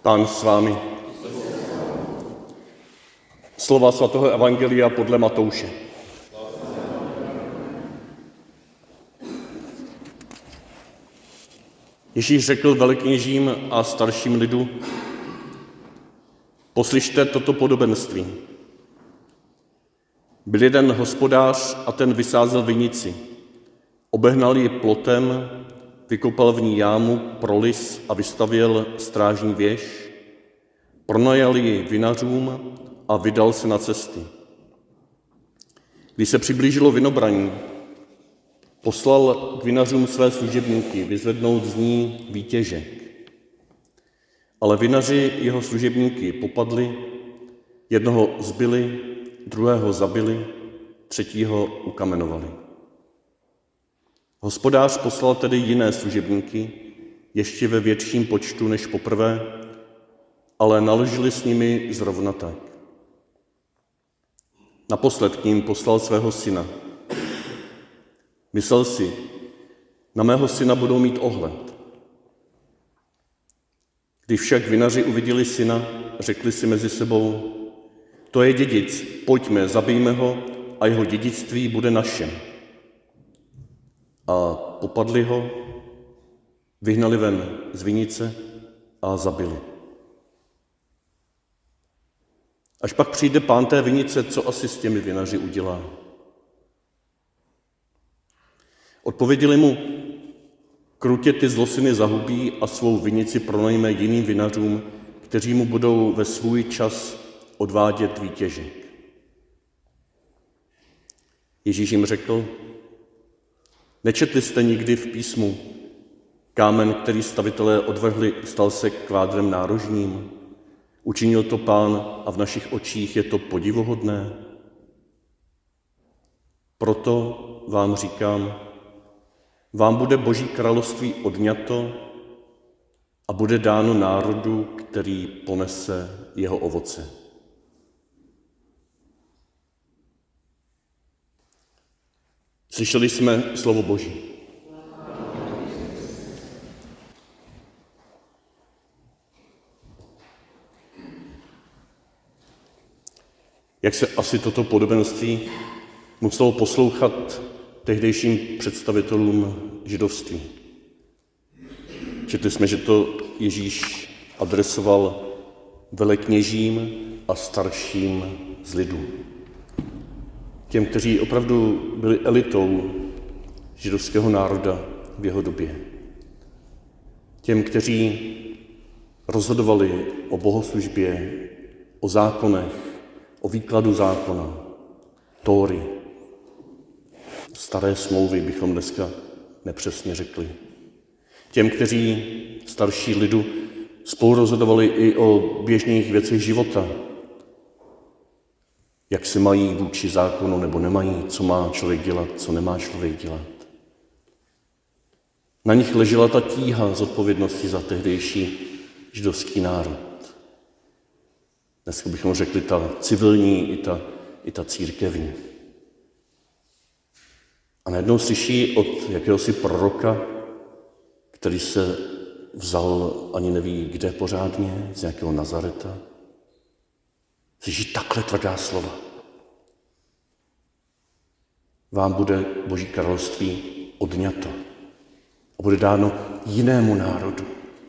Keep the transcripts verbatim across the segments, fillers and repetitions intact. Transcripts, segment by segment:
Pán s vámi. Slova svatého evangelia podle Matouše. Ježíš řekl velekněžím a starším lidu: poslyšte toto podobenství. Byl jeden hospodář a ten vysázel vinici. Obehnal ji plotem, vykopal v ní jámu pro lis a vystavěl strážní věž, pronajal ji vinařům a vydal se na cesty. Když se přiblížilo vinobraní, poslal k vinařům své služebníky vyzvednout z ní výtěžek. Ale vinaři jeho služebníky popadli, jednoho zbili, druhého zabili, třetího ukamenovali. Hospodář poslal tedy jiné služebníky, ještě ve větším počtu než poprvé, ale naložili s nimi zrovna tak. Naposled k ním poslal svého syna. Myslel si, na mého syna budou mít ohled. Když však vinaři uviděli syna, řekli si mezi sebou: to je dědic, pojďme, zabijme ho a jeho dědictví bude naše. A popadli ho, vyhnali ven z vinice a zabili. Až pak přijde pán té vinice, co asi s těmi vinaři udělá? Odpověděli mu: krutě ty zlosyny zahubí a svou vinici pronajme jiným vinařům, kteří mu budou ve svůj čas odvádět výtěžek. Ježíš jim řekl: nečetli jste nikdy v písmu: kámen, který stavitelé odvrhli, stal se kvádrem nárožním? Učinil to Pán a v našich očích je to podivuhodné? Proto vám říkám, vám bude Boží království odňato a bude dáno národu, který ponese jeho ovoce. Slyšeli jsme slovo Boží. Jak se asi toto podobenství muselo poslouchat tehdejším představitelům židovství? Četli jsme, že to Ježíš adresoval velekněžím a starším z lidu. Těm, kteří opravdu byli elitou židovského národa v jeho době. Těm, kteří rozhodovali o bohoslužbě, o zákonech, o výkladu zákona, Tóry, staré smlouvy bychom dneska nepřesně řekli. Těm, kteří starší lidu spolu rozhodovali i o běžných věcech života, jak se mají vůči zákonu nebo nemají, co má člověk dělat, co nemá člověk dělat. Na nich ležela ta tíha zodpovědnosti za tehdejší židovský národ. Dneska bychom řekli ta civilní i ta, i ta církevní. A najednou slyší od jakéhosi proroka, který se vzal ani neví kde pořádně, z nějakého Nazareta, slyší takhle tvrdá slova. Vám bude Boží království odňato a bude dáno jinému národu.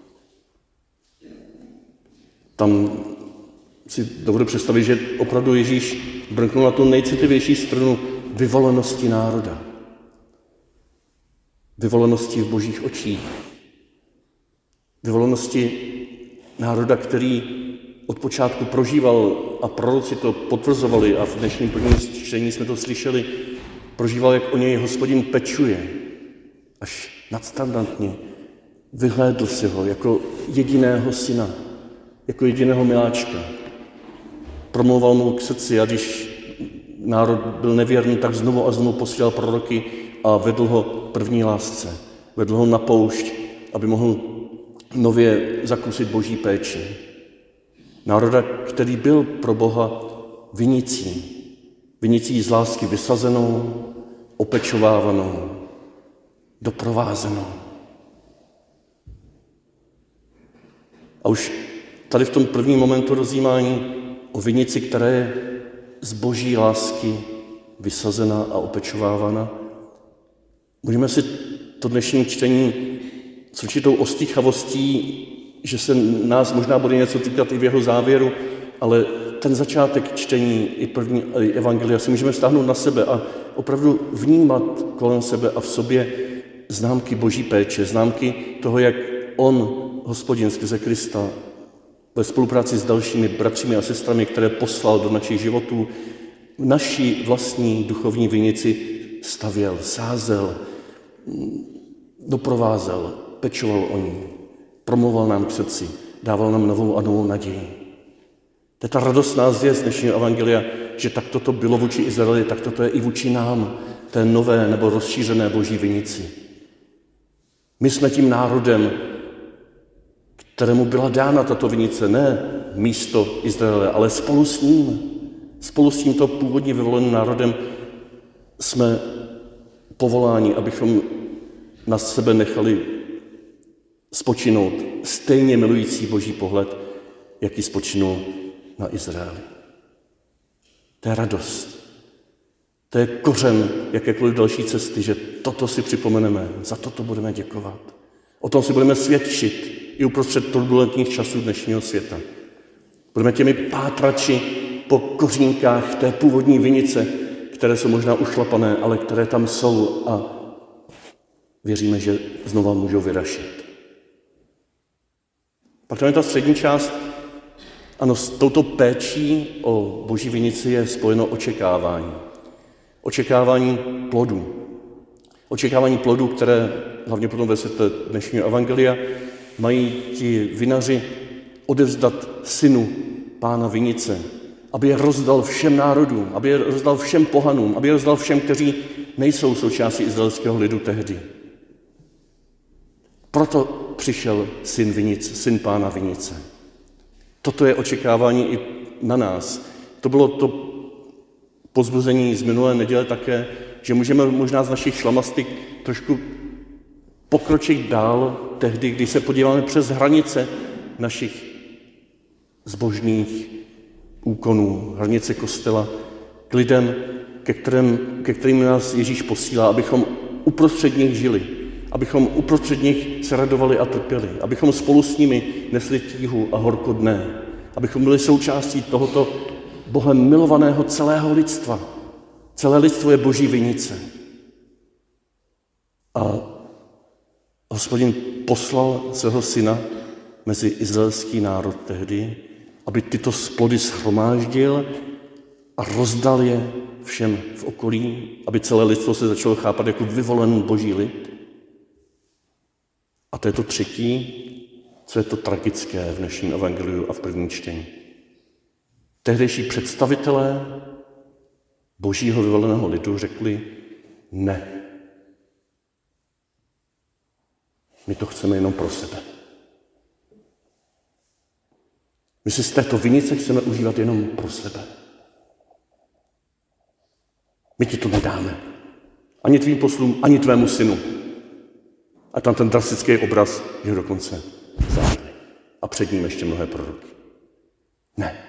Tam si dovedu představit, že opravdu Ježíš brnknul na tu nejcitlivější stranu vyvolenosti národa. Vyvolenosti v Božích očích. Vyvolenosti národa, který od počátku prožíval, a proroci to potvrzovali a v dnešním prvním čtení jsme to slyšeli, prožíval, jak o něj Hospodin pečuje, až nadstandardně vyhlédl si ho jako jediného syna, jako jediného miláčka. Promlouval mu k srdci a když národ byl nevěrný, tak znovu a znovu posílal proroky a vedl ho první lásce. Vedl ho na poušť, aby mohl nově zakusit Boží péči. Národa, který byl pro Boha vinicí. Vinicí z lásky vysazenou, opečovávanou, doprovázenou. A už tady v tom prvním momentu rozjímání o vinici, která je z boží lásky vysazena a opečovávána. Můžeme si to dnešní čtení s určitou ostýchavostí, že se nás možná bude něco týkat i v jeho závěru, ale ten začátek čtení i první evangelia si můžeme vztáhnout na sebe a opravdu vnímat kolem sebe a v sobě známky boží péče, známky toho, jak on, Hospodin skrze Krista, ve spolupráci s dalšími bratřími a sestrami, které poslal do našich životů, v naší vlastní duchovní vinici stavěl, sázel, doprovázel, pečoval o ní, promlouval nám k srdci, dával nám novou a novou naději. To je ta radostná zvěst dnešního evangelia, že tak toto bylo vůči Izraeli, tak toto je i vůči nám, té nové nebo rozšířené boží vinici. My jsme tím národem, kterému byla dána tato vinice, ne místo Izraele, ale spolu s ním, spolu s tímto původně vyvoleným národem jsme povoláni, abychom na sebe nechali spočinout stejně milující boží pohled, jaký spočinul na Izraeli. To je radost. To je kořen jakékoliv další cesty, že toto si připomeneme, za toto budeme děkovat. O tom si budeme svědčit i uprostřed turbulentních časů dnešního světa. Budeme těmi pátrači po kořínkách té původní vinice, které jsou možná ušlapané, ale které tam jsou a věříme, že znova můžou vyrašit. Pak tam je ta střední část. Ano, s touto péčí o boží vinici je spojeno očekávání. Očekávání plodů. Očekávání plodů, které, hlavně potom ve světle dnešního evangelia, mají ti vinaři odevzdat synu pána vinice, aby je rozdal všem národům, aby je rozdal všem pohanům, aby je rozdal všem, kteří nejsou součástí izraelského lidu tehdy. Proto přišel syn vinice, syn pána vinice. Toto je očekávání i na nás. To bylo to povzbuzení z minulé neděle také, že můžeme možná z našich šlamastik trošku pokročit dál tehdy, když se podíváme přes hranice našich zbožných úkonů, hranice kostela, k lidem, ke, kterým, ke kterým nás Ježíš posílá, abychom uprostřed nich žili, abychom uprostřed nich se radovali a trpěli, abychom spolu s nimi nesli tíhu a horko dne, abychom byli součástí tohoto Bohem milovaného celého lidstva. Celé lidstvo je boží vinice. A Hospodin poslal svého syna mezi izraelský národ tehdy, aby tyto plody shromáždil a rozdal je všem v okolí, aby celé lidstvo se začalo chápat jako vyvolený boží lid. A to je to třetí, co je to tragické v dnešním evangeliu a v prvním čtení. Tehdejší představitelé božího vyvoleného lidu řekli ne. My to chceme jenom pro sebe. My si z této vinice chceme užívat jenom pro sebe. My ti to nedáme. Ani tvým poslům, ani tvému synu. A tam ten drastický obraz, že dokonce zabili. A před ním ještě mnohé proroky. Ne.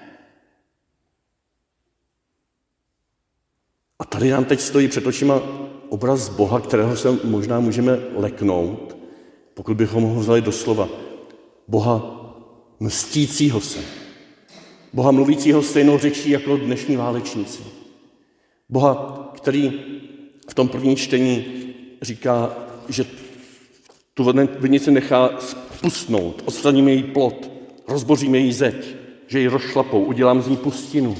A tady nám teď stojí před očima obraz Boha, kterého se možná můžeme leknout, pokud bychom ho vzali doslova. Boha mstícího se. Boha mluvícího stejnou řečí jako dnešní válečníci. Boha, který v tom prvním čtení říká, že tu vinici nechá spustnout, odstraníme její plod, rozboříme její zeď, že ji rozšlapou, udělám z ní pustinu.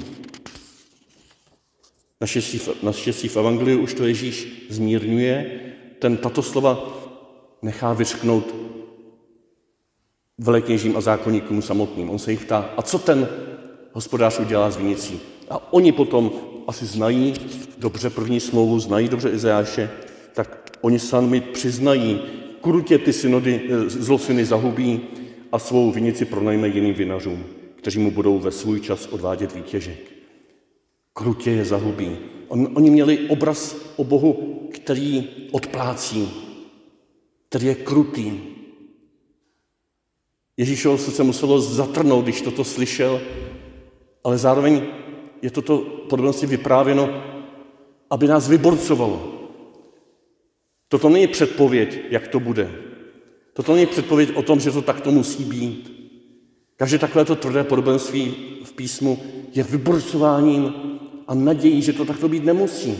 Naštěstí, naštěstí v evangeliu už to Ježíš zmírňuje, ten tato slova nechá vyřknout velekněžím a zákonníkům samotným. On se jich ptá, a co ten hospodář udělá s vinicí? A oni potom asi znají dobře první smlouvu, znají dobře Izajáše, tak oni sami přiznají, krutě ty synody, zlosyny zahubí a svou vinici pronajme jiným vinařům, kteří mu budou ve svůj čas odvádět výtěžek. Krutě je zahubí. On, oni měli obraz o Bohu, který odplácí, který je krutý. Ježíšovo srdce muselo zatrnout, když toto slyšel, ale zároveň je toto podobnosti vyprávěno, aby nás vyborcovalo. Toto není předpověď, jak to bude. Toto není předpověď o tom, že to takto musí být. Každé takovéto tvrdé podobenství v písmu je vyborcováním a nadějí, že to takto být nemusí.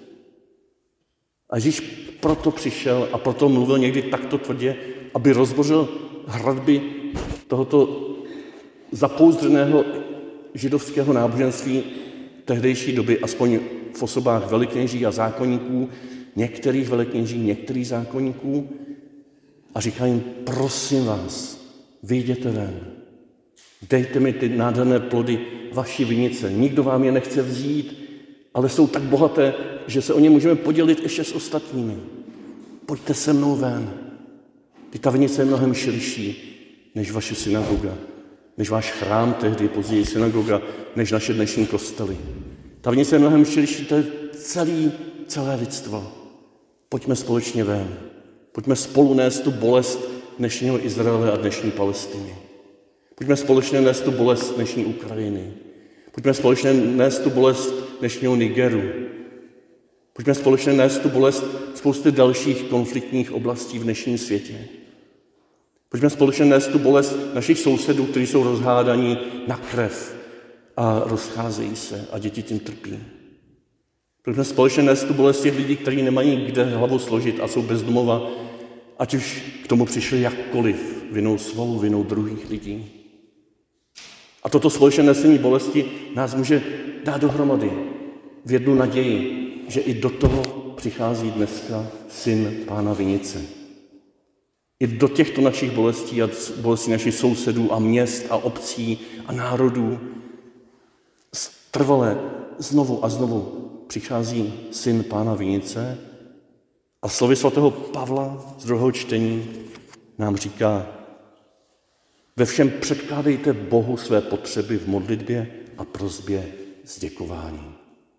A Ježíš proto přišel a proto mluvil někdy takto tvrdě, aby rozbořil hradby tohoto zapouzdřeného židovského náboženství tehdejší doby, aspoň v osobách velekněží a zákonníků, některých velekněží, některých zákonníků, a říká jim, prosím vás, vyjděte ven, dejte mi ty nádherné plody vaší vinice, nikdo vám je nechce vzít, ale jsou tak bohaté, že se o ně můžeme podělit ještě s ostatními. Pojďte se mnou ven. Ty ta vinice je mnohem širší než vaše synagoga, než váš chrám tehdy, později synagoga, než naše dnešní kostely. Ta vinice je mnohem širší, to je celý, celé lidstvo. Pojďme společně ven. Pojďme spolu nést tu bolest dnešního Izraele a dnešní Palestiny. Pojďme společně nést tu bolest dnešní Ukrajiny. Pojďme společně nést tu bolest dnešního Nigeru. Pojďme společně nést tu bolest spousty dalších konfliktních oblastí v dnešním světě. Pojďme společně nést tu bolest našich sousedů, kteří jsou rozhádaní na krev a rozcházejí se a děti tím trpí. Pojďme společně nést tu bolest těch lidí, kteří nemají kde hlavu složit a jsou bezdomova, ať už k tomu přišli jakkoliv, vinou svou, vinou druhých lidí. A toto společné nesení bolesti nás může dát dohromady v jednu naději, že i do toho přichází dneska Syn Pána vinice. I do těchto našich bolestí a bolestí našich sousedů a měst a obcí a národů trvale znovu a znovu přichází Syn Pána vinice a slovy svatého Pavla z druhého čtení nám říká: ve všem předkládejte Bohu své potřeby v modlitbě a prosbě s děkováním.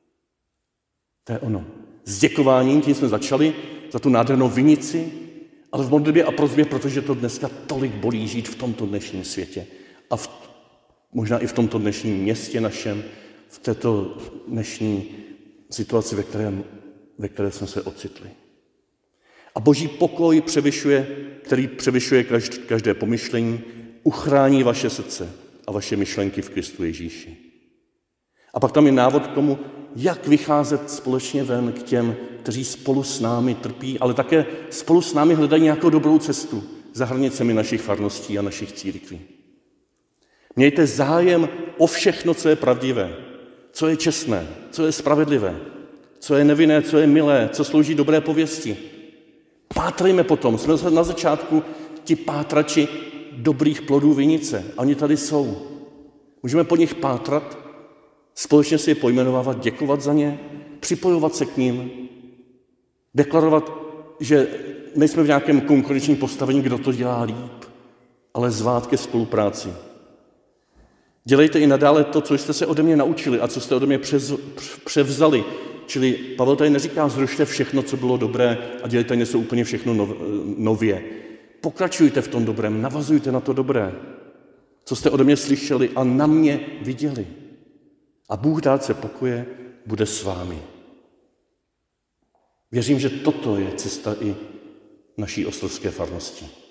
To je ono. S děkováním, tím jsme začali, za tu nádhernou vinici, ale v modlitbě a prosbě, protože to dneska tolik bolí žít v tomto dnešním světě a v, možná i v tomto dnešním městě našem, v této dnešní situaci, ve které, ve které jsme se ocitli. A Boží pokoj převyšuje, který převyšuje každé pomyšlení, uchrání vaše srdce a vaše myšlenky v Kristu Ježíši. A pak tam je návod k tomu, jak vycházet společně ven k těm, kteří spolu s námi trpí, ale také spolu s námi hledají nějakou dobrou cestu za hranicemi našich farností a našich církví. Mějte zájem o všechno, co je pravdivé, co je čestné, co je spravedlivé, co je nevinné, co je milé, co slouží dobré pověsti. Pátrejme potom, jsme na začátku ti pátrači dobrých plodů vinice. A oni tady jsou. Můžeme po nich pátrat, společně si je pojmenovávat, děkovat za ně, připojovat se k ním, deklarovat, že nejsme v nějakém konkurenčním postavení, kdo to dělá líp, ale zvát ke spolupráci. Dělejte i nadále to, co jste se ode mě naučili a co jste ode mě přez, převzali. Čili Pavel tady neříká, zrušte všechno, co bylo dobré a dělejte něco úplně všechno nov, nově. Pokračujte v tom dobrém, navazujte na to dobré, co jste ode mě slyšeli a na mě viděli. A Bůh dárce pokoje bude s vámi. Věřím, že toto je cesta i naší ostrovské farnosti.